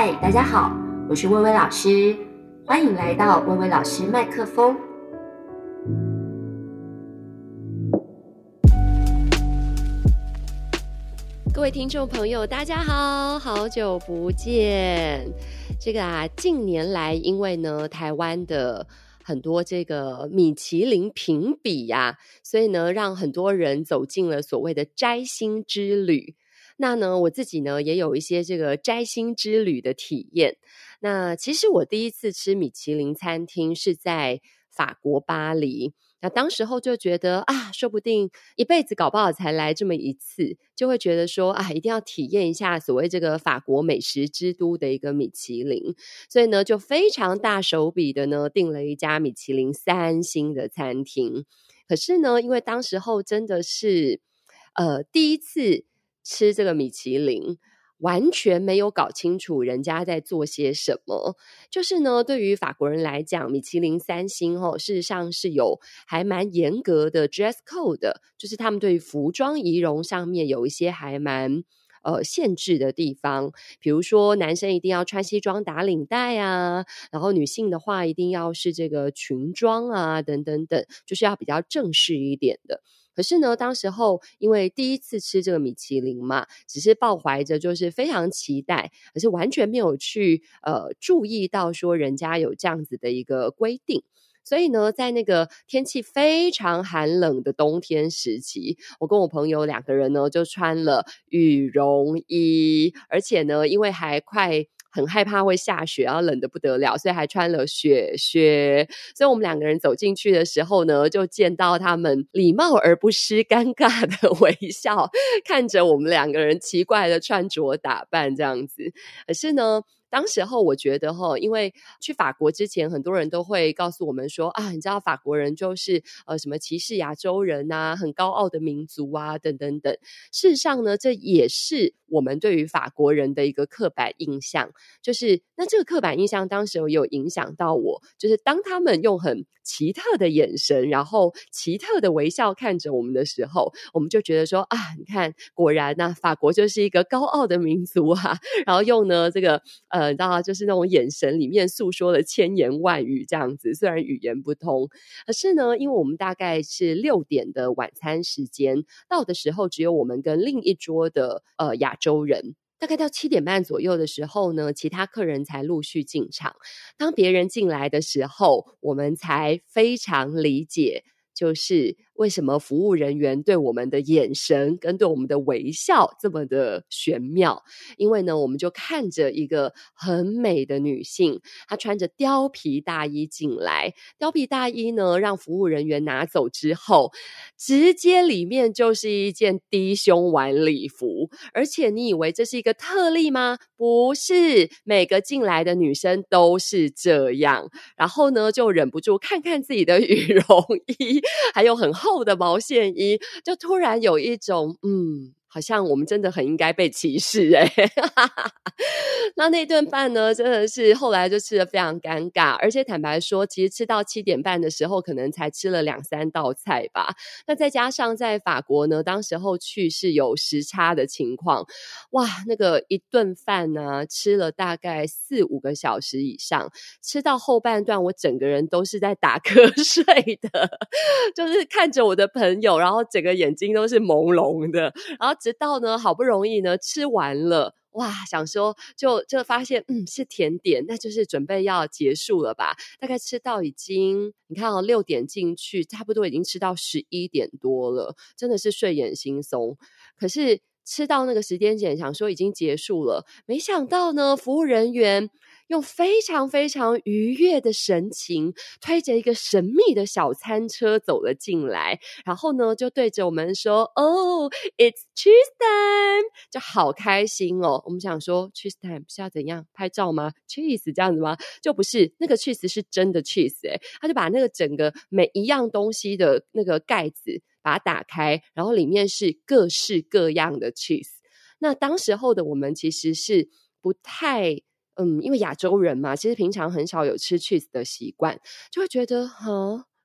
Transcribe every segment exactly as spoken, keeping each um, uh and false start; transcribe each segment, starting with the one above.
嗨，大家好，我是薇薇老师，欢迎来到薇薇老师麦克风。各位听众朋友，大家好，好久不见。这个啊，近年来因为呢，台湾的很多这个米其林评比呀、啊，所以呢，让很多人走进了所谓的摘星之旅。那呢，我自己呢也有一些这个摘星之旅的体验。那其实我第一次吃米其林餐厅是在法国巴黎。那当时候就觉得啊，说不定一辈子搞不好才来这么一次，就会觉得说啊，一定要体验一下所谓这个法国美食之都的一个米其林。所以呢，就非常大手笔的呢订了一家米其林三星的餐厅。可是呢，因为当时候真的是呃第一次吃这个米其林，完全没有搞清楚人家在做些什么。就是呢，对于法国人来讲，米其林三星哦，事实上是有还蛮严格的 dress code 的，就是他们对于服装仪容上面有一些还蛮呃限制的地方。比如说男生一定要穿西装打领带啊，然后女性的话一定要是这个裙装啊，等等等，就是要比较正式一点的。可是呢，当时候因为第一次吃这个米其林嘛，只是抱怀着就是非常期待，可是完全没有去呃注意到说人家有这样子的一个规定。所以呢，在那个天气非常寒冷的冬天时期，我跟我朋友两个人呢就穿了羽绒衣，而且呢，因为还快很害怕会下雪，然后冷得不得了，所以还穿了雪靴。所以我们两个人走进去的时候呢，就见到他们礼貌而不失尴尬的微笑，看着我们两个人奇怪的穿着打扮这样子。可是呢，当时候我觉得齁，因为去法国之前很多人都会告诉我们说啊，你知道法国人就是呃什么歧视亚洲人啊，很高傲的民族啊等等等。事实上呢，这也是我们对于法国人的一个刻板印象。就是那这个刻板印象当时有有影响到我，就是当他们用很奇特的眼神，然后奇特的微笑看着我们的时候，我们就觉得说啊，你看果然啊，法国就是一个高傲的民族啊，然后用呢这个呃，你知道就是那种眼神里面诉说了千言万语这样子，虽然语言不通。可是呢，因为我们大概是六点的晚餐时间到的时候，只有我们跟另一桌的呃亚洲人。大概到七点半左右的时候呢，其他客人才陆续进场。当别人进来的时候，我们才非常理解，就是为什么服务人员对我们的眼神跟对我们的微笑这么的玄妙。因为呢，我们就看着一个很美的女性，她穿着貂皮大衣进来，貂皮大衣呢让服务人员拿走之后，直接里面就是一件低胸晚礼服。而且你以为这是一个特例吗？不是，每个进来的女生都是这样。然后呢，就忍不住看看自己的羽绒衣，还有很厚的毛线衣，就突然有一种嗯好像我们真的很应该被歧视欸那那顿饭呢真的是后来就吃得非常尴尬，而且坦白说其实吃到七点半的时候可能才吃了两三道菜吧。那再加上在法国呢，当时候去是有时差的情况，哇，那个一顿饭呢吃了大概四五个小时以上，吃到后半段我整个人都是在打瞌睡的就是看着我的朋友，然后整个眼睛都是朦胧的，然后直到呢好不容易呢吃完了，哇，想说就就发现嗯是甜点，那就是准备要结束了吧。大概吃到已经你看哦六点进去，差不多已经吃到十一点多了，真的是睡眼惺忪。可是吃到那个时间点想说已经结束了，没想到呢服务人员用非常非常愉悦的神情推着一个神秘的小餐车走了进来，然后呢就对着我们说 Oh it's cheese time， 就好开心哦。我们想说 cheese time 是要怎样拍照吗？ cheese 这样子吗？就不是，那个 cheese 是真的 cheese 欸，他就把那个整个每一样东西的那个盖子把它打开，然后里面是各式各样的 cheese。 那当时候的我们其实是不太嗯，因为亚洲人嘛，其实平常很少有吃 cheese 的习惯，就会觉得哈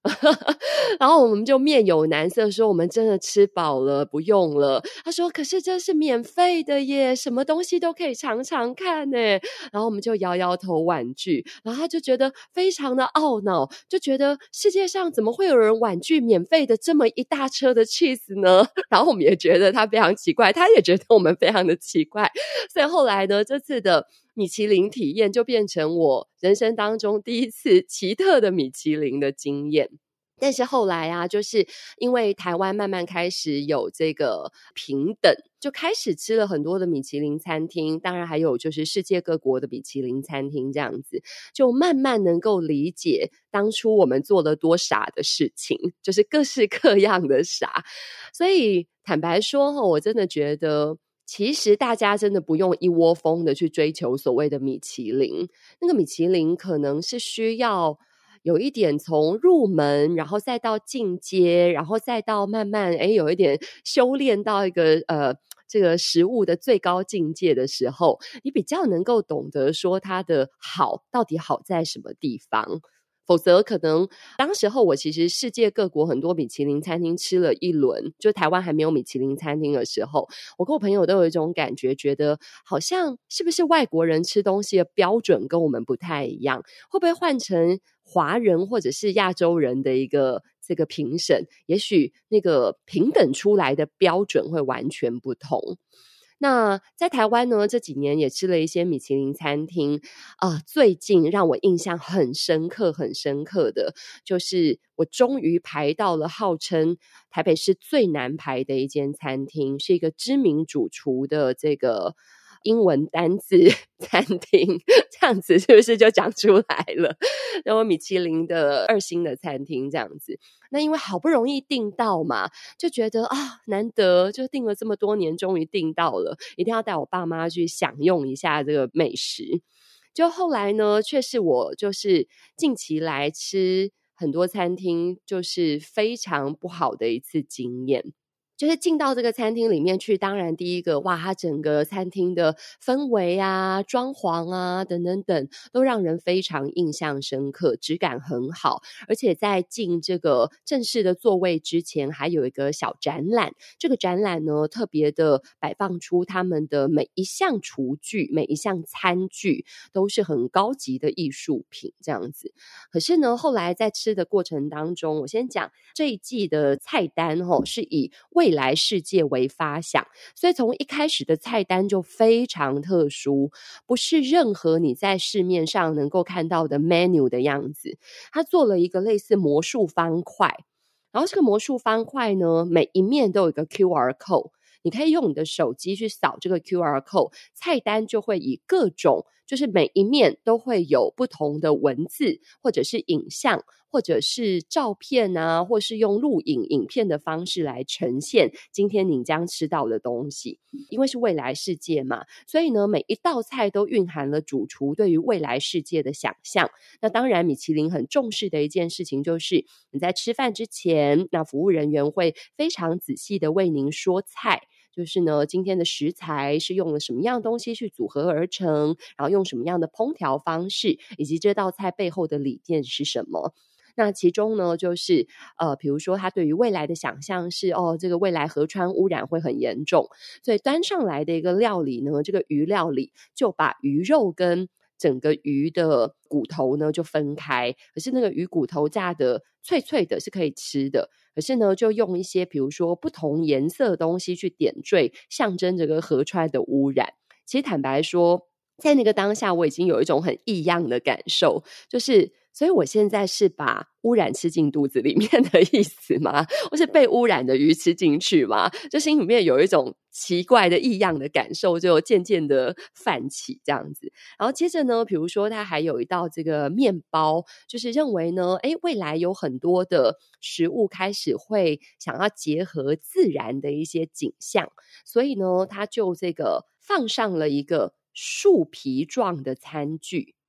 然后我们就面有难色说我们真的吃饱了，不用了。他说可是这是免费的耶，什么东西都可以尝尝看耶。然后我们就摇摇头婉拒，然后他就觉得非常的懊恼，就觉得世界上怎么会有人婉拒免费的这么一大车的 cheese 呢？然后我们也觉得他非常奇怪，他也觉得我们非常的奇怪。所以后来呢，这次的米其林体验就变成我人生当中第一次奇特的米其林的经验。但是后来啊，就是因为台湾慢慢开始有这个平等，就开始吃了很多的米其林餐厅，当然还有就是世界各国的米其林餐厅这样子，就慢慢能够理解当初我们做了多傻的事情，就是各式各样的傻。所以坦白说，我真的觉得其实大家真的不用一窝蜂的去追求所谓的米其林，那个米其林可能是需要有一点从入门，然后再到进阶，然后再到慢慢诶有一点修炼到一个呃这个食物的最高境界的时候，你比较能够懂得说它的好到底好在什么地方。否则可能当时候我其实世界各国很多米其林餐厅吃了一轮，就台湾还没有米其林餐厅的时候，我跟我朋友都有一种感觉，觉得好像是不是外国人吃东西的标准跟我们不太一样，会不会换成华人或者是亚洲人的一个这个评审，也许那个平等出来的标准会完全不同。那在台湾呢，这几年也吃了一些米其林餐厅啊、呃，最近让我印象很深刻很深刻的就是我终于排到了号称台北市最难排的一间餐厅，是一个知名主厨的这个英文单字餐厅，这样子是不是就讲出来了？然后米其林的二星的餐厅这样子。那因为好不容易订到嘛，就觉得啊难得，就订了这么多年终于订到了，一定要带我爸妈去享用一下这个美食。就后来呢，却是我就是近期来吃很多餐厅就是非常不好的一次经验。就是进到这个餐厅里面去，当然第一个哇，它整个餐厅的氛围啊、装潢啊等等等都让人非常印象深刻，质感很好。而且在进这个正式的座位之前，还有一个小展览，这个展览呢特别的摆放出他们的每一项厨具、每一项餐具都是很高级的艺术品这样子。可是呢，后来在吃的过程当中，我先讲这一季的菜单齁，是以未来世界为发想，所以从一开始的菜单就非常特殊，不是任何你在市面上能够看到的 menu 的样子。它做了一个类似魔术方块，然后这个魔术方块呢，每一面都有一个 Q R code， 你可以用你的手机去扫这个 Q R code， 菜单就会以各种就是每一面都会有不同的文字或者是影像或者是照片啊，或是用录影影片的方式来呈现今天你将吃到的东西。因为是未来世界嘛，所以呢每一道菜都蕴含了主厨对于未来世界的想象。那当然米其林很重视的一件事情就是你在吃饭之前，那服务人员会非常仔细的为您说菜，就是呢今天的食材是用了什么样的东西去组合而成，然后用什么样的烹调方式，以及这道菜背后的理念是什么。那其中呢就是呃，比如说他对于未来的想象是哦，这个未来河川污染会很严重，所以端上来的一个料理呢，这个鱼料理就把鱼肉跟整个鱼的骨头呢就分开，可是那个鱼骨头炸的脆脆的是可以吃的，可是呢就用一些比如说不同颜色的东西去点缀，象征这个河川的污染。其实坦白说在那个当下我已经有一种很异样的感受，就是所以我现在是把污染吃进肚子里面的意思吗？或是被污染的鱼吃进去吗？就心里面有一种奇怪的异样的感受就渐渐的泛起这样子。然后接着呢，比如说它还有一道这个面包，就是认为呢诶未来有很多的食物开始会想要结合自然的一些景象，所以呢它就这个放上了一个树皮状的餐具。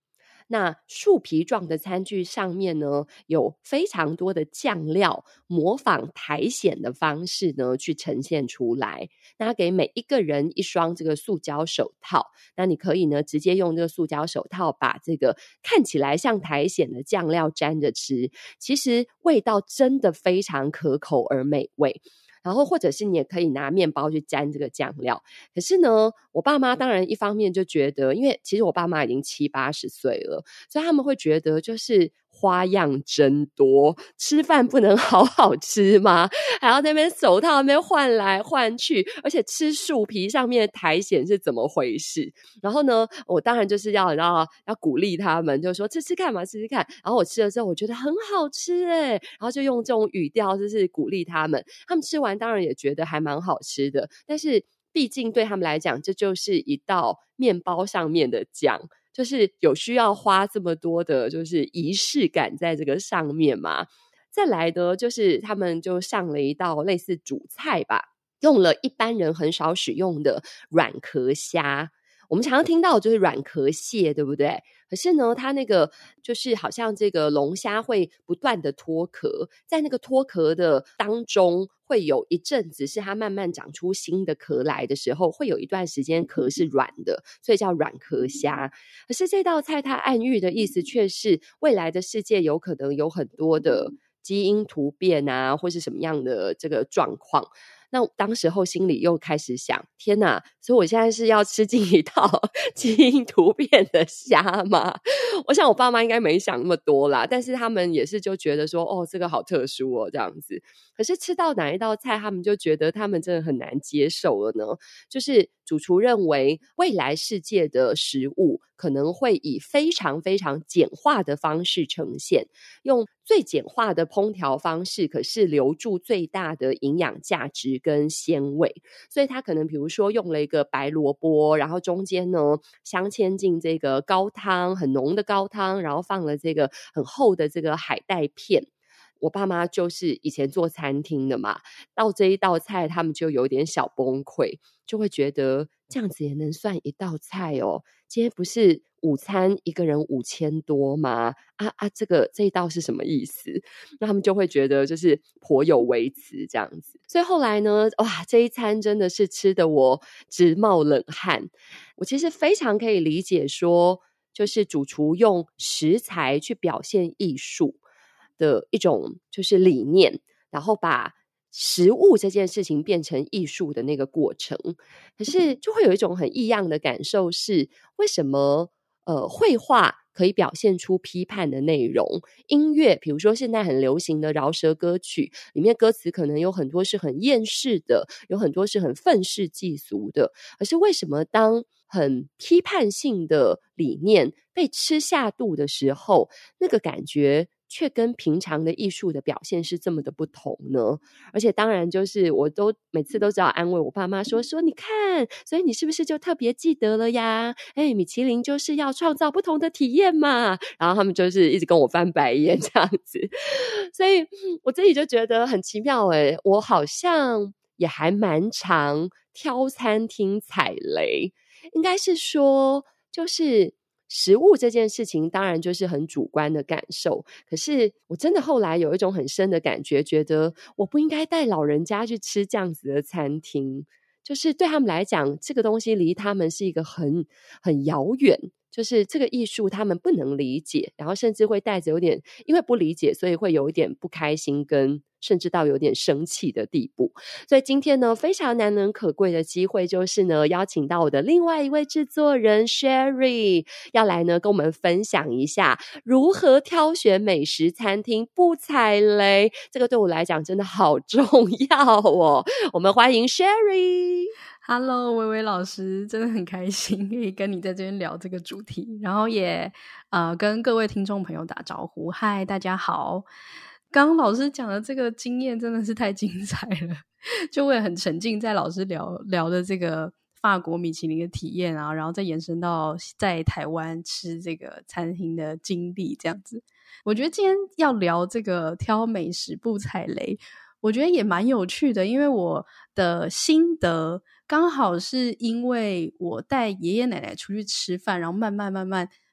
那树皮状的餐具上面呢，有非常多的酱料，模仿苔藓的方式呢去呈现出来。那给每一个人一双这个塑胶手套，那你可以呢直接用这个塑胶手套把这个看起来像苔藓的酱料沾着吃，其实味道真的非常可口而美味。然后或者是你也可以拿面包去沾这个酱料。可是呢，我爸妈当然一方面就觉得，因为其实我爸妈已经七八十岁了，所以他们会觉得就是花样真多，吃饭不能好好吃吗？还要在那边手套那边换来换去，而且吃树皮上面的苔藓是怎么回事？然后呢，我当然就是要要要鼓励他们，就说吃吃看嘛，吃吃看。然后我吃了之后，我觉得很好吃诶，然后就用这种语调就是鼓励他们。他们吃完当然也觉得还蛮好吃的，但是毕竟对他们来讲，这就是一道面包上面的酱。就是有需要花这么多的就是仪式感在这个上面嘛。再来的就是他们就上了一道类似主菜吧，用了一般人很少使用的软壳虾。我们常常听到就是软壳蟹，对不对？可是呢，它那个就是好像这个龙虾会不断的脱壳，在那个脱壳的当中会有一阵子是它慢慢长出新的壳来的时候，会有一段时间壳是软的，所以叫软壳虾。可是这道菜它暗喻的意思却是未来的世界有可能有很多的基因突变啊，或是什么样的这个状况。那当时候心里又开始想，天哪，所以我现在是要吃进一道基因突变的虾吗？我想我爸妈应该没想那么多啦，但是他们也是就觉得说，哦，这个好特殊哦，这样子。可是吃到哪一道菜，他们就觉得他们真的很难接受了呢？就是主厨认为未来世界的食物可能会以非常非常简化的方式呈现，用最简化的烹调方式，可是留住最大的营养价值跟鲜味。所以他可能比如说用了一个白萝卜，然后中间呢镶嵌进这个高汤，很浓的高汤，然后放了这个很厚的这个海带片。我爸妈就是以前做餐厅的嘛，到这一道菜他们就有点小崩溃，就会觉得这样子也能算一道菜哦？今天不是午餐一个人五千多吗？啊啊，这个这一道是什么意思？那他们就会觉得就是颇有微词这样子。所以后来呢，哇，这一餐真的是吃得我直冒冷汗。我其实非常可以理解说，就是主厨用食材去表现艺术的一种就是理念，然后把食物这件事情变成艺术的那个过程。可是就会有一种很异样的感受是，为什么呃绘画可以表现出批判的内容，音乐比如说现在很流行的饶舌歌曲里面歌词可能有很多是很厌世的，有很多是很愤世嫉俗的，可是为什么当很批判性的理念被吃下肚的时候，那个感觉却跟平常的艺术的表现是这么的不同呢？而且当然就是我都每次都只好安慰我爸妈说说你看，所以你是不是就特别记得了呀？哎，米其林就是要创造不同的体验嘛。然后他们就是一直跟我翻白眼这样子。所以我自己就觉得很奇妙诶，我好像也还蛮常挑餐厅踩雷。应该是说就是食物这件事情当然就是很主观的感受，可是我真的后来有一种很深的感觉，觉得我不应该带老人家去吃这样子的餐厅，就是对他们来讲这个东西离他们是一个很很遥远，就是这个艺术他们不能理解，然后甚至会带着有点因为不理解所以会有一点不开心跟甚至到有点生气的地步。所以今天呢非常难能可贵的机会就是呢邀请到我的另外一位制作人 Sherry 要来呢跟我们分享一下如何挑选美食餐厅不踩雷，这个对我来讲真的好重要哦。我们欢迎 Sherry。 Hello 薇薇老师，真的很开心可以跟你在这边聊这个主题，然后也呃跟各位听众朋友打招呼，嗨大家好。刚刚老师讲的这个经验真的是太精彩了，就会很沉浸在老师聊聊的这个法国米其林的体验啊，然后再延伸到在台湾吃这个餐厅的经历这样子。我觉得今天要聊这个挑美食不踩雷，我觉得也蛮有趣的，因为我的心得刚好是因为我带爷爷奶奶出去吃饭，然后慢慢慢慢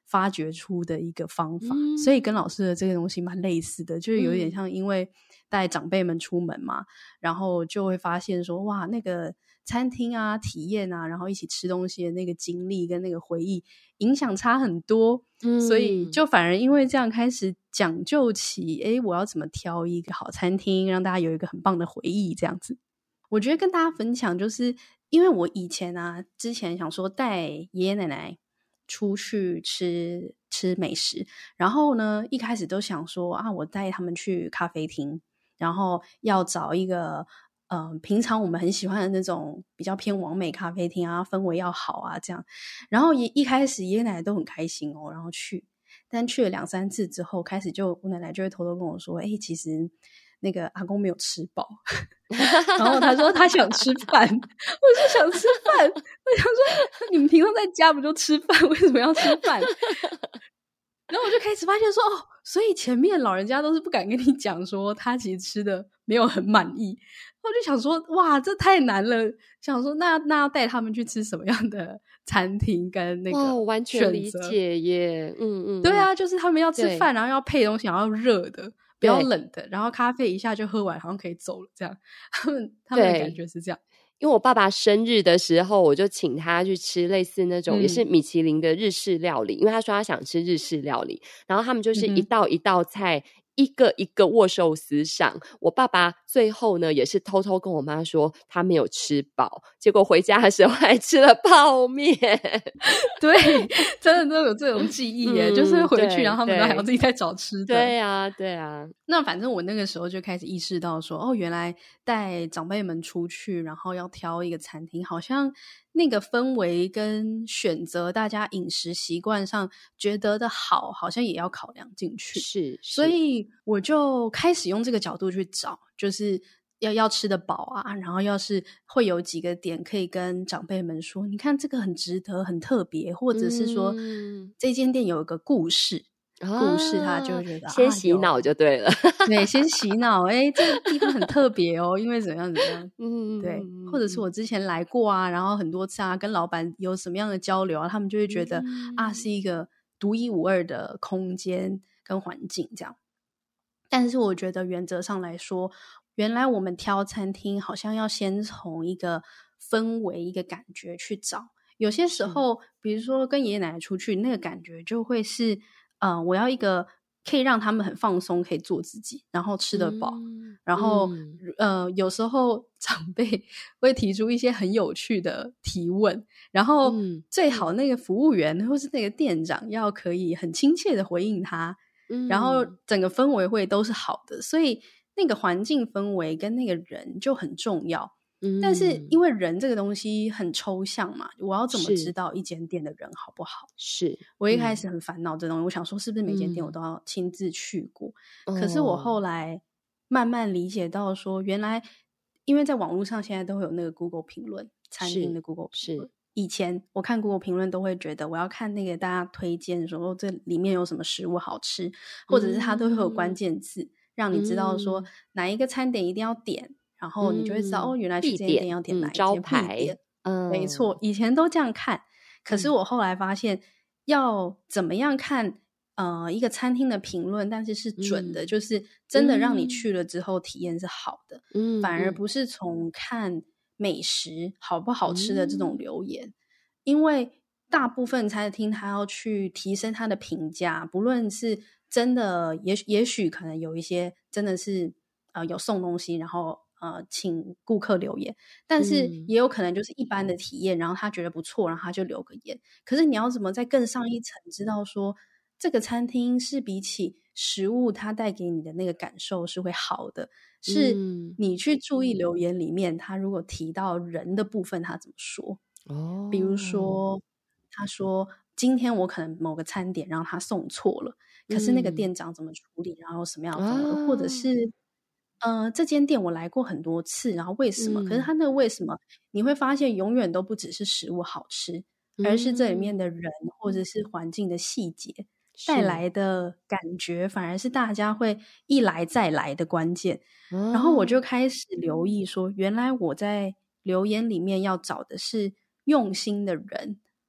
发掘出的一个方法、 嗯、 所以跟老师的这个东西蛮类似的，就是有点像因为带长辈们出门嘛、嗯、然后就会发现说哇那个餐厅啊体验啊，然后一起吃东西的那个经历跟那个回忆影响差很多、嗯、所以就反而因为这样开始讲究起诶我要怎么挑一个好餐厅让大家有一个很棒的回忆这样子。我觉得跟大家分享就是因为我以前啊之前想说带爷爷奶奶出去吃吃美食，然后呢一开始都想说啊我带他们去咖啡厅，然后要找一个呃，平常我们很喜欢的那种比较偏网美咖啡厅啊，氛围要好啊这样，然后也一开始爷爷奶奶都很开心哦，然后去，但去了两三次之后开始就我奶奶就会偷偷跟我说诶其实那个阿公没有吃饱然后他说他想吃饭我就想吃饭我想说你们平常在家不就吃饭为什么要吃饭然后我就开始发现说哦，所以前面老人家都是不敢跟你讲说他其实吃的没有很满意，我就想说哇这太难了，想说那那要带他们去吃什么样的餐厅跟那个哇完全理解耶，嗯嗯， 对啊，就是他们要吃饭然后要配东西然后要热的不要冷的，然后咖啡一下就喝完好像可以走了这样，他们他们的感觉是这样。 因为我爸爸生日的时候我就请他去吃类似那种、嗯、也是米其林的日式料理，因为他说他想吃日式料理，然后他们就是一道一道菜、嗯、一个一个握寿司上，我爸爸最后呢也是偷偷跟我妈说他没有吃饱，结果回家的时候还吃了泡面对真的都有这种记忆耶、嗯、就是回去然后他们都还要自己再找吃的， 对啊对啊。 那反正我那个时候就开始意识到说哦原来带长辈们出去然后要挑一个餐厅好像那个氛围跟选择大家饮食习惯上觉得的好好像也要考量进去， 是, 是所以我就开始用这个角度去找，就是要要吃得饱啊，然后要是会有几个点可以跟长辈们说你看这个很值得很特别，或者是说、嗯、这间店有一个故事故事他就觉得、啊、 先洗脑就对了对先洗脑诶这个地方很特别哦因为怎么样怎么样嗯，对，或者是我之前来过啊然后很多次啊跟老板有什么样的交流啊他们就会觉得、嗯、啊是一个独一无二的空间跟环境这样。但是我觉得原则上来说原来我们挑餐厅好像要先从一个氛围一个感觉去找，有些时候比如说跟爷爷奶奶出去那个感觉就会是呃，我要一个可以让他们很放松可以做自己然后吃得饱、嗯、然后、嗯、呃，有时候长辈会提出一些很有趣的提问，然后最好那个服务员或是那个店长要可以很亲切的回应他、嗯、然后整个氛围会都是好的，所以那个环境氛围跟那个人就很重要。但是因为人这个东西很抽象嘛，我要怎么知道一间店的人好不好？ 是我一开始很烦恼这东西、嗯、我想说是不是每间店我都要亲自去过、嗯、可是我后来慢慢理解到说原来因为在网络上现在都会有那个 Google 评论，餐厅的 Google 评论，以前我看 Google 评论都会觉得我要看那个大家推荐说这里面有什么食物好吃，或者是它都会有关键字、嗯、让你知道说哪一个餐点一定要点，然后你就会知道、嗯、哦，原来去这间店要点哪一间、嗯、招牌，嗯，没错，以前都这样看。可是我后来发现，要怎么样看呃一个餐厅的评论，但是是准的、嗯，就是真的让你去了之后体验是好的，嗯，反而不是从看美食好不好吃的这种留言，嗯、因为大部分餐厅它要去提升它的评价，不论是真的，也也许可能有一些真的是呃有送东西，然后。呃，请顾客留言，但是也有可能就是一般的体验、嗯、然后他觉得不错，然后他就留个言。可是你要怎么再更上一层，知道说这个餐厅是比起食物它带给你的那个感受是会好的，是你去注意留言里面他如果提到人的部分他怎么说、哦、比如说他说今天我可能某个餐点让他送错了、嗯、可是那个店长怎么处理，然后什么样的氛围、哦、或者是呃，这间店我来过很多次，然后为什么、嗯、可是他那个为什么你会发现永远都不只是食物好吃、嗯、而是这里面的人或者是环境的细节带来的感觉反而是大家会一来再来的关键、嗯、然后我就开始留意说原来我在留言里面要找的是用心的人，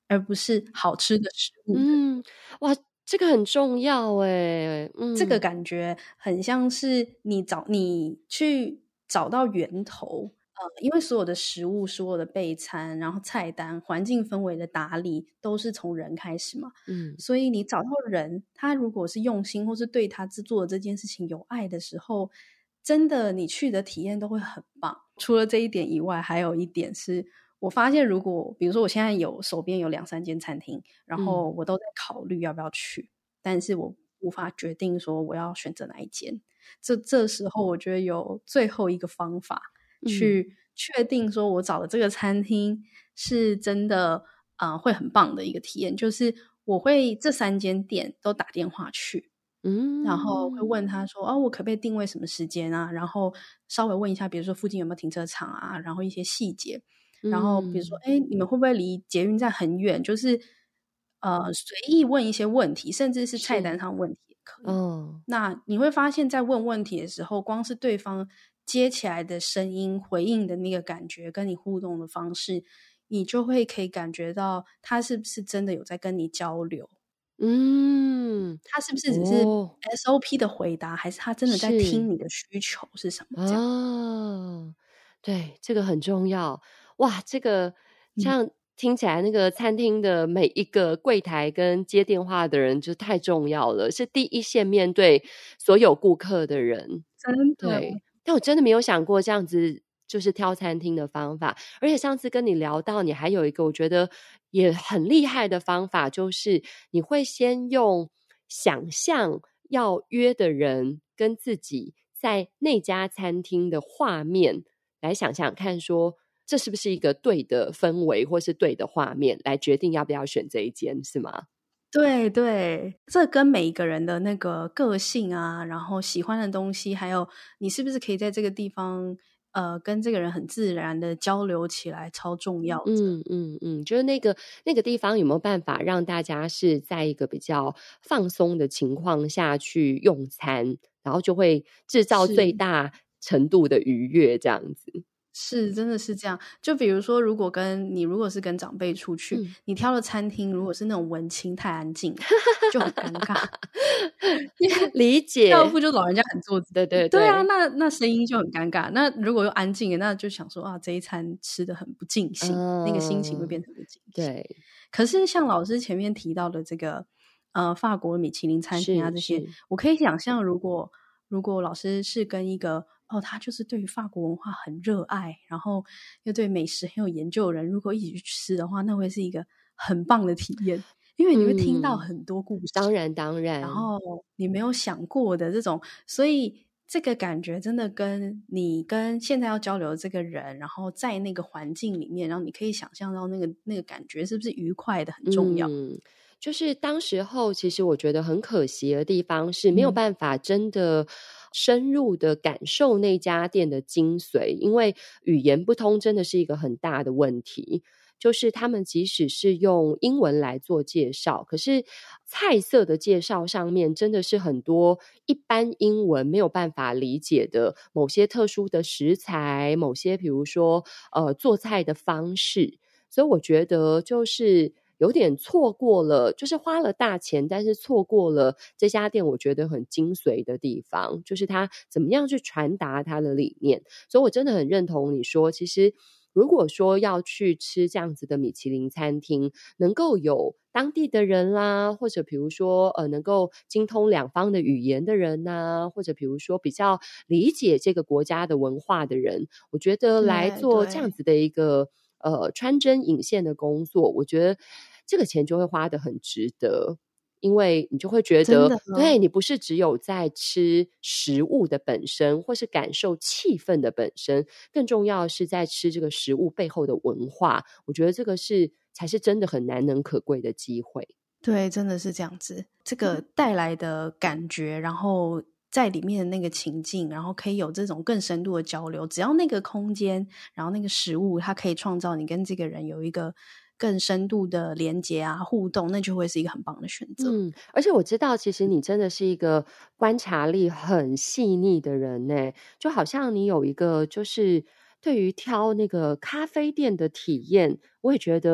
而不是好吃的食物的。 嗯，哇，这个很重要诶。嗯， 这个感觉很像是你找你去找到源头，呃，因为所有的食物、所有的备餐，然后菜单、环境氛围的打理，都是从人开始嘛。 嗯， 所以你找到人，他如果是用心，或是对他制作的这件事情有爱的时候，真的你去的体验都会很棒。除了这一点以外，还有一点是我发现，如果比如说我现在有手边有两三间餐厅，然后我都在考虑要不要去，但是我无法决定说我要选择哪一间。这这时候我觉得有最后一个方法去确定说我找的这个餐厅是真的呃会很棒的一个体验，就是我会这三间店都打电话去， 嗯， 然后会问他说哦，我可不可以定位什么时间啊，然后稍微问一下比如说附近有没有停车场啊，然后一些细节，然后比如说哎，你们会不会离捷运站很远，就是呃随意问一些问题，甚至是菜单上问题也可以。 哦， 那你会发现在问问题的时候，光是对方接起来的声音回应的那个感觉跟你互动的方式，你就会可以感觉到他是不是真的有在跟你交流， 嗯， 他是不是只是哦， S O P 的回答，还是他真的在是听你的需求是什么这样。 哦，对，这个很重要。哇，这个这嗯， 样听起来那个餐厅的每一个柜台跟接电话的人就太重要了，是第一线面对所有顾客的人。 真的。 对，但我真的没有想过这样子就是挑餐厅的方法。而且上次跟你聊到，你还有一个我觉得也很厉害的方法，就是你会先用想象要约的人跟自己在那家餐厅的画面来想想看说，这是不是一个对的氛围或是对的画面，来决定要不要选这一间，是吗？ 对对，这跟每一个人的那个个性啊，然后喜欢的东西，还有你是不是可以在这个地方，呃，跟这个人很自然的交流起来，超重要的。 嗯嗯嗯，就是那个那个地方有没有办法让大家是在一个比较放松的情况下去用餐，然后就会制造最是。 大程度的愉悦这样子。 是，真的是这样。就比如说，如果跟你如果是跟长辈出去， 嗯， 你挑的餐厅如果是那种文青太安静了，就很尴尬。因为理解， 要不就老人家很做自对己，对啊， 对对， 那那声音就很尴尬。那如果又安静了，那就想说啊，这一餐吃的很不尽兴，那个心情会变嗯， 成不尽兴。 对， 可是像老师前面提到的这个，呃，法国米其林餐厅啊这些， 是是， 我可以想象，如果如果老师是跟一个哦，他就是对于法国文化很热爱，然后又对美食很有研究的人，如果一起去吃的话，那会是一个很棒的体验，因为你会听到嗯， 很多故事， 当然当然然。 后你没有想过的这种，所以这个感觉真的跟你跟现在要交流的这个人，然后在那个环境里面，然后你可以想象到那个那个感觉是不是愉快的，很重要。 嗯，就是当时候其实我觉得很可惜的地方是没有嗯， 办法真的深入的感受那家店的精髓，因为语言不通真的是一个很大的问题。就是他们即使是用英文来做介绍，可是菜色的介绍上面真的是很多一般英文没有办法理解的某些特殊的食材，某些比如说呃做菜的方式。所以我觉得就是有点错过了，就是花了大钱，但是错过了这家店我觉得很精髓的地方，就是它怎么样去传达它的理念。所以我真的很认同你说，其实如果说要去吃这样子的米其林餐厅，能够有当地的人啦，或者比如说呃能够精通两方的语言的人呐、或者比如说比较理解这个国家的文化的人，我觉得来对做这样对， 子的一个呃穿针引线的工作，我觉得这个钱就会花得很值得。因为你就会觉得， 真的对，你不是只有在吃食物的本身，或是感受气氛的本身，更重要的是在吃这个食物背后的文化。我觉得这个是才是真的很难能可贵的机会。 对，真的是这样子。这个带来的感觉，然后在里面的那个情境，然后可以有这种更深度的交流。只要那个空间，然后那个食物，它可以创造你跟这个人有一个更深度的连接啊、互动，那就会是一个很棒的选择。 嗯，而且我知道其实你真的是一个观察力很细腻的人呢，就好像你有一个就是对于挑那个咖啡店的体验，我也觉得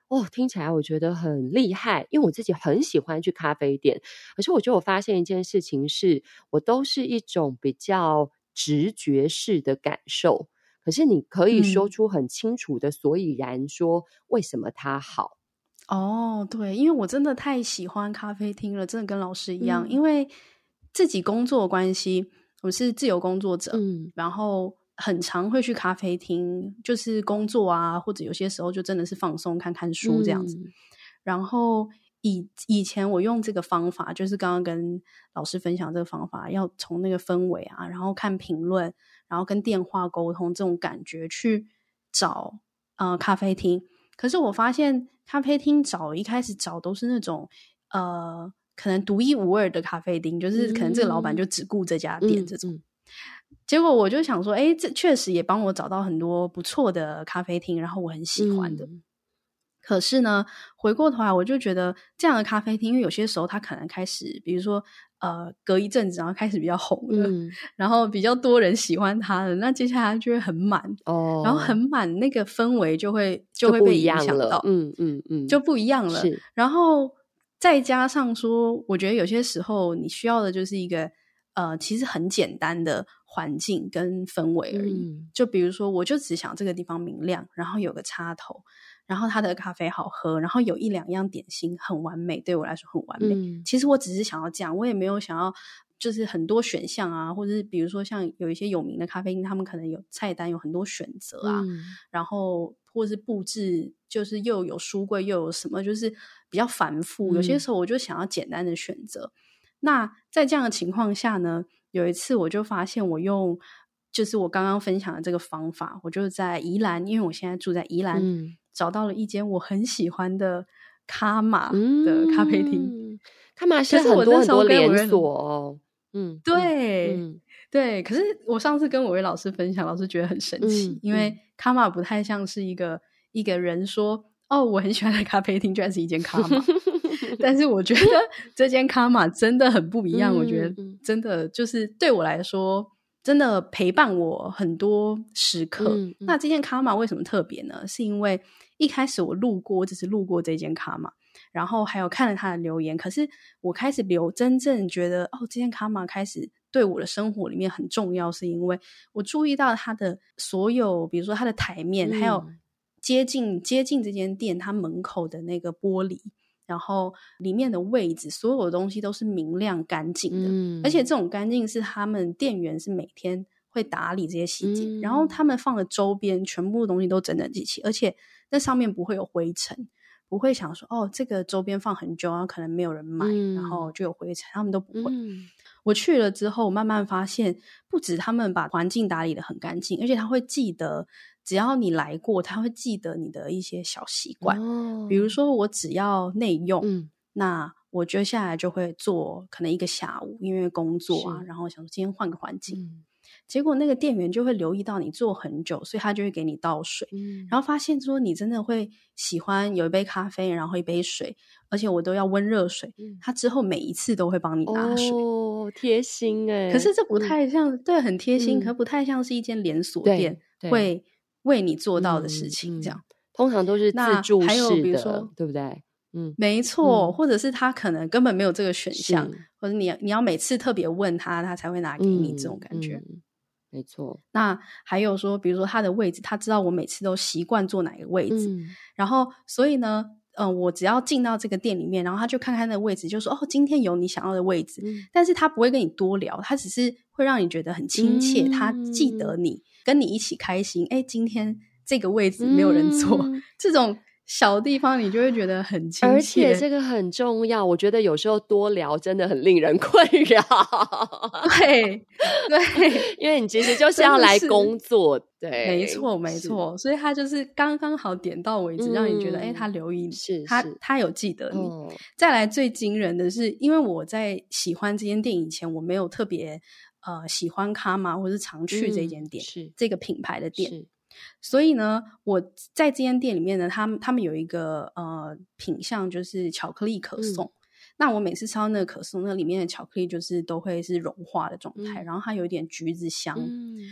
哦，听起来我觉得很厉害，因为我自己很喜欢去咖啡店，可是我觉得我发现一件事情是，我都是一种比较直觉式的感受，可是你可以说嗯， 出很清楚的所以然，说为什么它好。 哦，对，因为我真的太喜欢咖啡厅了，真的跟老师一样， 嗯因为自己工作的关系，我是自由工作者， 嗯然后很常会去咖啡厅，就是工作啊，或者有些时候就真的是放松，看看书这样子。 嗯然后以以前我用这个方法，就是刚刚跟老师分享这个方法，要从那个氛围啊，然后看评论，然后跟电话沟通这种感觉去找呃咖啡厅。可是我发现咖啡厅找一开始找都是那种呃可能独一无二的咖啡厅，就是可能这个老板就只顾这家店这种。 嗯嗯结果我就想说，诶，这确实也帮我找到很多不错的咖啡厅，然后我很喜欢的。 嗯可是呢，回过头来我就觉得这样的咖啡厅，因为有些时候它可能开始，比如说呃，隔一阵子然后开始比较红了， 嗯然后比较多人喜欢它了，那接下来就会很满，然后很哦， 满，那个氛围就会就就不一会被影样了， 响到， 嗯嗯嗯， 就不一样了。 是， 然后再加上说，我觉得有些时候你需要的就是一个呃，其实很简单的环境跟氛围而已。 嗯就比如说，我就只想这个地方明亮，然后有个插头，然后它的咖啡好喝，然后有一两样点心很完美，对我来说很完美。 嗯其实我只是想要这样，我也没有想要就是很多选项啊，或者是比如说像有一些有名的咖啡厅，他们可能有菜单有很多选择啊， 嗯然后或是布置就是又有书柜又有什么，就是比较繁复。有些嗯时候我就想要简单的选择。那在这样的情况下呢，有一次我就发现我用就是我刚刚分享的这个方法，我就在宜兰，因为我现在住在宜兰， 嗯找到了一间我很喜欢的卡玛的咖啡厅。 嗯，看嘛是可是很多很我那时候多连跟伟伟锁哦，嗯嗯对嗯对，可是我上次跟伟伟老师分享，老师觉得很神奇， 嗯因为嗯卡玛不太像是一个一个人说哦，我很喜欢的咖啡厅，居然是一间卡玛。但是我觉得这间卡玛真的很不一样，我觉得嗯嗯真的就是对我来说，真的陪伴我很多时刻。 嗯嗯那这间卡玛为什么特别呢？是因为一开始我路过，我只是路过这间卡玛，然后还有看了他的留言，可是我开始留真正觉得哦，这间卡玛开始对我的生活里面很重要，是因为我注意到他的所有，比如说他的台面，还有嗯接近接近这间店他门口的那个玻璃，然后里面的位置，所有的东西都是明亮干净的， 嗯而且这种干净是他们店员是每天会打理这些细节， 嗯然后他们放的周边全部的东西都整整齐齐，而且那上面不会有灰尘，不会想说哦，这个周边放很久，然后可能没有人买， 嗯然后就有灰尘，他们都不会。 嗯我去了之后，慢慢发现，不止他们把环境打理得很干净，而且他会记得，只要你来过，他会记得你的一些小习惯。 哦， 比如说，我只要内用， 嗯那我接下来就会做可能一个下午，因为工作啊， 是然后想说今天换个环境。 嗯结果那个店员就会留意到你做很久，所以他就会给你倒水， 嗯然后发现说你真的会喜欢有一杯咖啡，然后一杯水，而且我都要温热水， 嗯他之后每一次都会帮你拿水。 哦，贴心哎， 可是这不嗯太像，对，很贴心， 嗯可不太像是一间连锁对店对会为你做到的事嗯情，这样。 嗯通常都是自那助还有式的比如说， 对不对？嗯没错， 嗯或者是他可能根本没有这个选项， 是或者你你要每次特别问他，他才会拿给你这种感觉。 嗯嗯没错， 那还有说，比如说他的位置，他知道我每次都习惯坐哪个位置， 嗯然后所以呢，嗯、呃，我只要进到这个店里面，然后他就看看那个位置，就说哦，今天有你想要的位置， 嗯但是他不会跟你多聊，他只是会让你觉得很亲切， 嗯他记得你，跟你一起开心。哎，今天这个位置没有人坐， 嗯这种小地方你就会觉得很亲切。 而且这个很重要，我觉得有时候多聊真的很令人困扰。 对对， 因为你其实就是要来工作，对， 没错没错，所以他就是刚刚好点到为止， 嗯、 让你觉得哎，他留意你， 是他是他有记得你。 哦、 再来最惊人的是，因为我在喜欢这间店以前，我没有特别呃喜欢卡玛或是常去这间店， 嗯、是这个品牌的店。 是所以呢，我在这间店里面呢，他们他们有一个呃品项就是巧克力可颂。嗯、那我每次吃到那个可颂，那里面的巧克力就是都会是融化的状态，嗯、然后它有一点橘子香。嗯、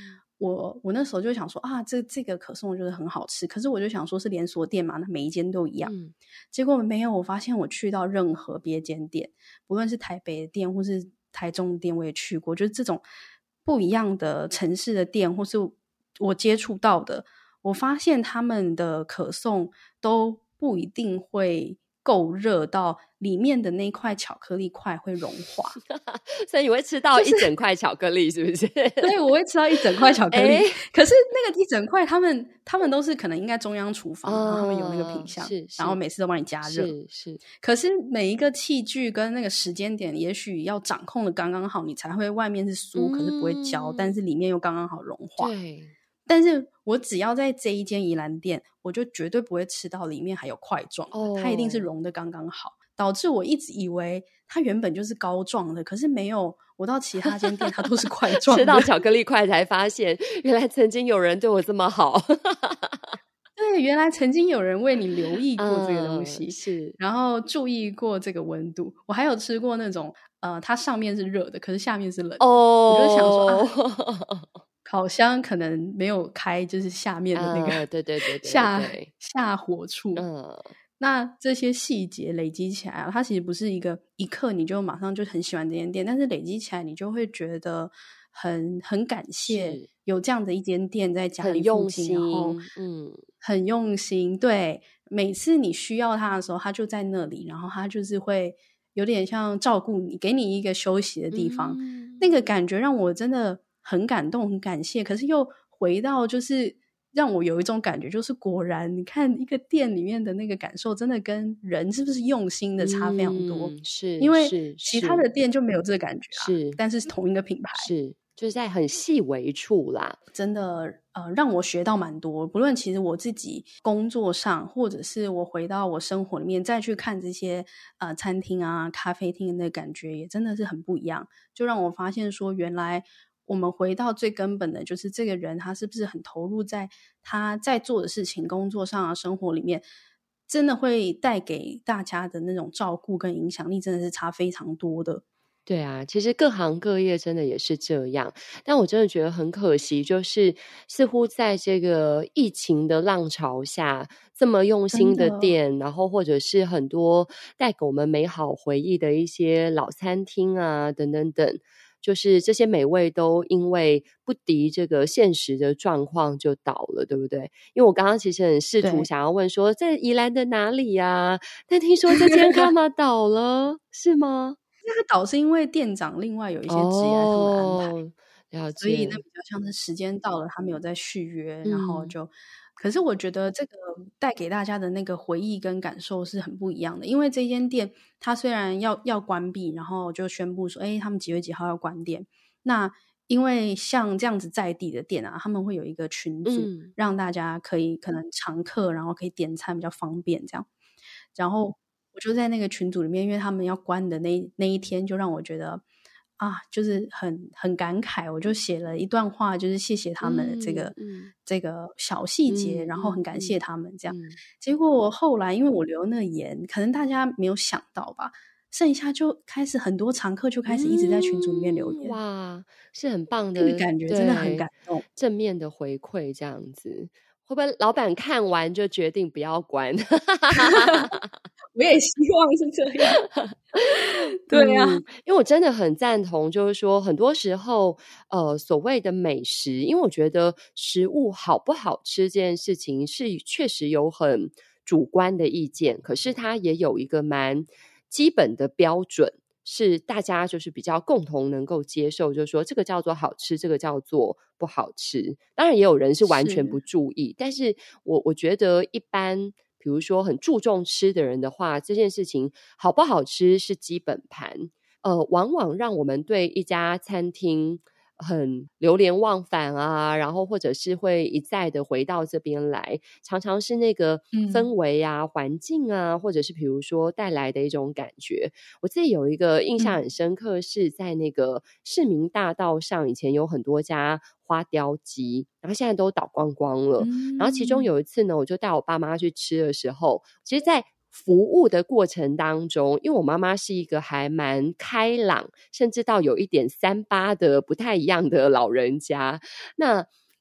我我那时候就想说啊，这这个可颂就是很好吃，可是我就想说是连锁店嘛，那每一间都一样、嗯、结果没有，我发现我去到任何别间店，不论是台北的店或是台中的店我也去过，就是这种不一样的城市的店或是我接触到的，我发现他们的可颂都不一定会够热到里面的那块巧克力块会融化所以你会吃到一整块巧克力是不是？ 对，我会吃到一整块巧克力、欸、可是那个一整块他们他们都是可能应该中央厨房、哦、然后他们有那个品项， 是然后每次都帮你加热， 是是。 可是每一个器具跟那个时间点也许要掌控的刚刚好，你才会外面是酥、嗯、可是不会焦，但是里面又刚刚好融化。对，但是我只要在这一间宜兰店，我就绝对不会吃到里面还有块状的、哦、它一定是融的刚刚好，导致我一直以为它原本就是膏状的，可是没有，我到其他间店它都是块状的。 吃到巧克力块才发现原来曾经有人对我这么好对，原来曾经有人为你留意过这个东西、 嗯、是， 然后注意过这个温度。我还有吃过那种呃，它上面是热的可是下面是冷的、哦、我就想说、啊烤箱可能没有开就是下面的那个、 呃、对对对对对下下火处、 嗯， 那这些细节累积起来、啊、它其实不是一个一刻你就马上就很喜欢这间店，但是累积起来你就会觉得很很感谢有这样的一间店在家里附近，然后嗯，很用心，对，每次你需要它的时候它就在那里，然后它就是会有点像照顾你，给你一个休息的地方、嗯、那个感觉让我真的很感动很感谢，可是又回到就是让我有一种感觉，就是果然你看一个店里面的那个感受真的跟人是不是用心的差非常多、嗯、 是， 因为其他的店就没有这个感觉啊， 是， 但是是同一个品牌， 是，就是在很细微处啦， 真的呃，让我学到蛮多，不论其实我自己工作上或者是我回到我生活里面再去看这些呃餐厅啊咖啡厅的感觉也真的是很不一样，就让我发现说原来我们回到最根本的就是这个人他是不是很投入在他在做的事情工作上啊生活里面，真的会带给大家的那种照顾跟影响力真的是差非常多的。 对啊，其实各行各业真的也是这样，但我真的觉得很可惜，就是似乎在这个疫情的浪潮下，这么用心的店，然后或者是很多带给我们美好回忆的一些老餐厅啊等等等，就是这些美味都因为不敌这个现实的状况就倒了，对不对？因为我刚刚其实很试图想要问说在宜兰的哪里啊，但听说这间咖玛倒了是吗？ 那他倒是因为店长另外有一些职业他们安排、哦、 了解， 所以那比较像是时间到了他没有再续约、嗯、然后就可是我觉得这个带给大家的那个回忆跟感受是很不一样的，因为这间店它虽然要要关闭，然后就宣布说哎，他们几月几号要关店，那因为像这样子在地的店啊他们会有一个群组、嗯、让大家可以可能常客然后可以点餐比较方便这样，然后我就在那个群组里面，因为他们要关的那那一天就让我觉得啊就是很很感慨，我就写了一段话，就是谢谢他们的这个、嗯、这个小细节、嗯、然后很感谢他们这样、嗯、结果后来因为我留那言可能大家没有想到吧，剩下就开始很多常客就开始一直在群组里面留言、嗯、 哇是很棒的， 那个感觉真的很感动， 正面的回馈这样子，会不会老板看完就决定不要关我也希望是这样对啊、嗯、 因为我真的很赞同就是说很多时候呃，所谓的美食，因为我觉得食物好不好吃这件事情是确实有很主观的意见，可是它也有一个蛮基本的标准是大家就是比较共同能够接受，就是说这个叫做好吃，这个叫做不好吃，当然也有人是完全不注意，但是我我觉得一般比如说很注重吃的人的话，这件事情好不好吃是基本盘，呃，往往让我们对一家餐厅很流连忘返啊，然后或者是会一再的回到这边来，常常是那个氛围啊、嗯、环境啊，或者是比如说带来的一种感觉。我自己有一个印象很深刻，是在那个市民大道上以前有很多家花雕鸡，然后现在都倒光光了、嗯、然后其中有一次呢，我就带我爸妈去吃的时候，其实在服务的过程当中，因为我妈妈是一个还蛮开朗甚至到有一点三八的不太一样的老人家，那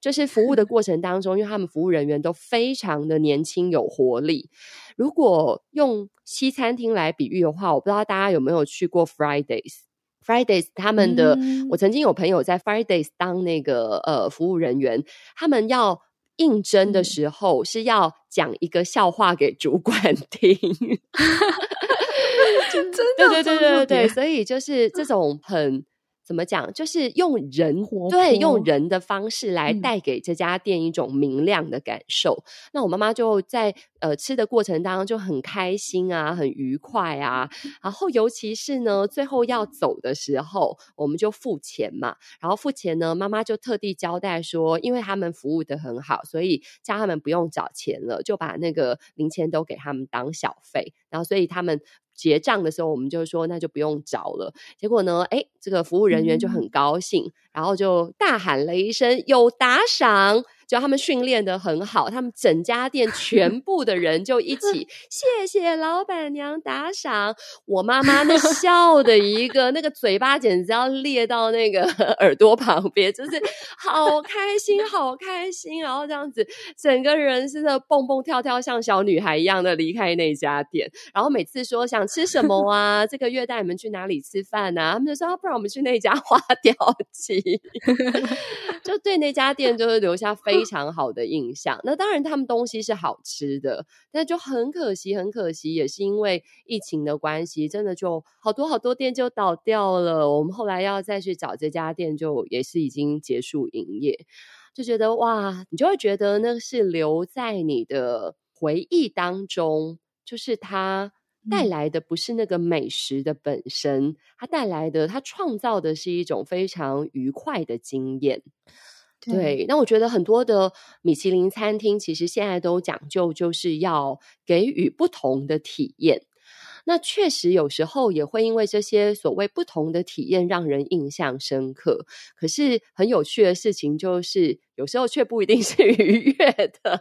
就是服务的过程当中，因为他们服务人员都非常的年轻有活力。如果用西餐厅来比喻的话，我不知道大家有没有去过 Fridays。Fridays 他们的、嗯、我曾经有朋友在 Fridays 当那个呃服务人员，他们要应征的时候是要讲一个笑话给主管听。 真的对对对对对，所以就是这种很怎么讲，就是用人对用人的方式来带给这家店一种明亮的感受、嗯、那我妈妈就在呃吃的过程当中就很开心啊，很愉快啊，然后尤其是呢最后要走的时候我们就付钱嘛，然后付钱呢妈妈就特地交代说，因为他们服务的很好，所以叫他们不用找钱了，就把那个零钱都给他们当小费，然后所以他们结账的时候我们就说那就不用找了。结果呢诶这个服务人员就很高兴、嗯、然后就大喊了一声有打赏，就他们训练得很好，他们整家店全部的人就一起谢谢老板娘打赏。我妈妈那笑的一个那个嘴巴简直要裂到那个耳朵旁边，就是好开心好开心，然后这样子整个人是在蹦蹦跳跳像小女孩一样的离开那家店，然后每次说想吃什么啊这个月带你们去哪里吃饭啊，他们就说、啊、不然我们去那家花雕鸡就对那家店就是留下非常好的印象。那当然他们东西是好吃的，但就很可惜很可惜也是因为疫情的关系，真的就好多好多店就倒掉了，我们后来要再去找这家店就也是已经结束营业，就觉得哇，你就会觉得那是留在你的回忆当中，就是它带来的不是那个美食的本身，它带来的它创造的是一种非常愉快的经验。对, 对，那我觉得很多的米其林餐厅其实现在都讲究就是要给予不同的体验，那确实有时候也会因为这些所谓不同的体验让人印象深刻，可是很有趣的事情就是有时候却不一定是愉悦的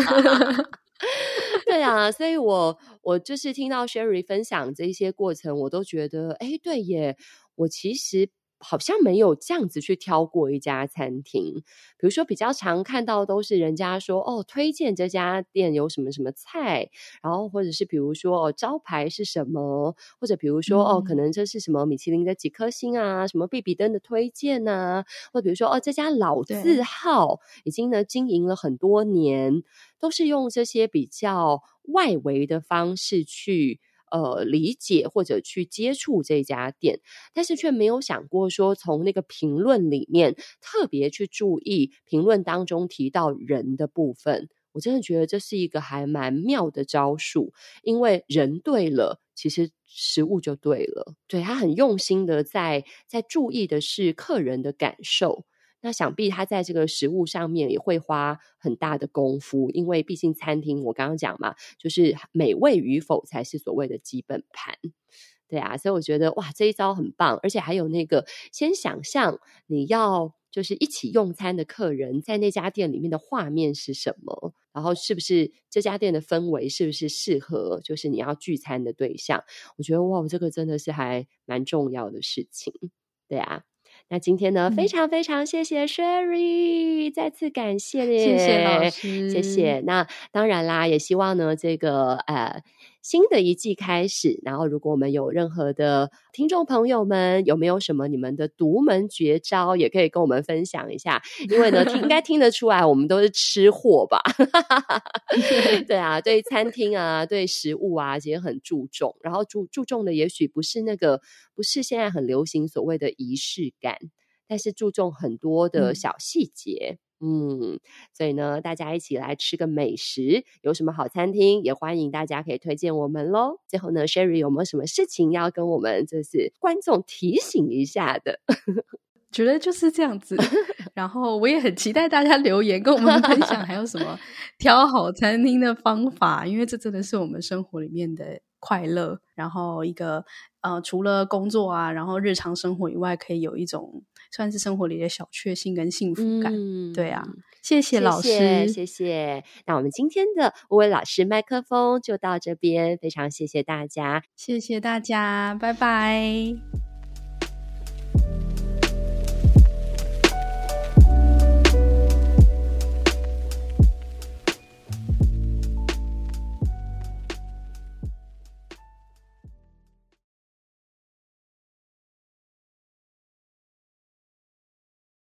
对啊，所以我我就是听到 Sherry 分享这些过程，我都觉得诶对耶，我其实好像没有这样子去挑过一家餐厅。比如说比较常看到都是人家说哦推荐这家店有什么什么菜，然后或者是比如说哦招牌是什么，或者比如说、嗯、哦可能这是什么米其林的几颗星啊，什么必比登的推荐啊，或者比如说哦这家老字号已经呢经营了很多年，都是用这些比较外围的方式去呃，理解或者去接触这家店，但是却没有想过说从那个评论里面特别去注意评论当中提到人的部分。我真的觉得这是一个还蛮妙的招数，因为人对了其实食物就对了。对，他很用心的在在注意的是客人的感受，那想必他在这个食物上面也会花很大的功夫，因为毕竟餐厅我刚刚讲嘛，就是美味与否才是所谓的基本盘。对啊，所以我觉得哇这一招很棒，而且还有那个先想象你要就是一起用餐的客人在那家店里面的画面是什么，然后是不是这家店的氛围是不是适合就是你要聚餐的对象，我觉得哇这个真的是还蛮重要的事情。对啊，那今天呢、嗯、非常非常谢谢 Sherry， 再次感谢谢谢老师， 谢谢。那当然啦也希望呢这个呃新的一季开始，然后如果我们有任何的听众朋友们有没有什么你们的独门绝招也可以跟我们分享一下，因为呢应该听得出来我们都是吃货吧对啊，对餐厅啊对食物啊其实很注重，然后注注重的也许不是那个不是现在很流行所谓的仪式感，但是注重很多的小细节。嗯, 嗯，所以呢大家一起来吃个美食，有什么好餐厅也欢迎大家可以推荐我们咯。最后呢 Sherry 有没有什么事情要跟我们就是观众提醒一下的觉得就是这样子然后我也很期待大家留言跟我们分享还有什么挑好餐厅的方法因为这真的是我们生活里面的快乐，然后一个呃，除了工作啊然后日常生活以外可以有一种算是生活里的小确幸跟幸福感、嗯、对啊，谢谢老师， 谢谢谢谢。那我们今天的薇薇老师麦克风就到这边，非常谢谢大家， 谢谢大家，拜拜。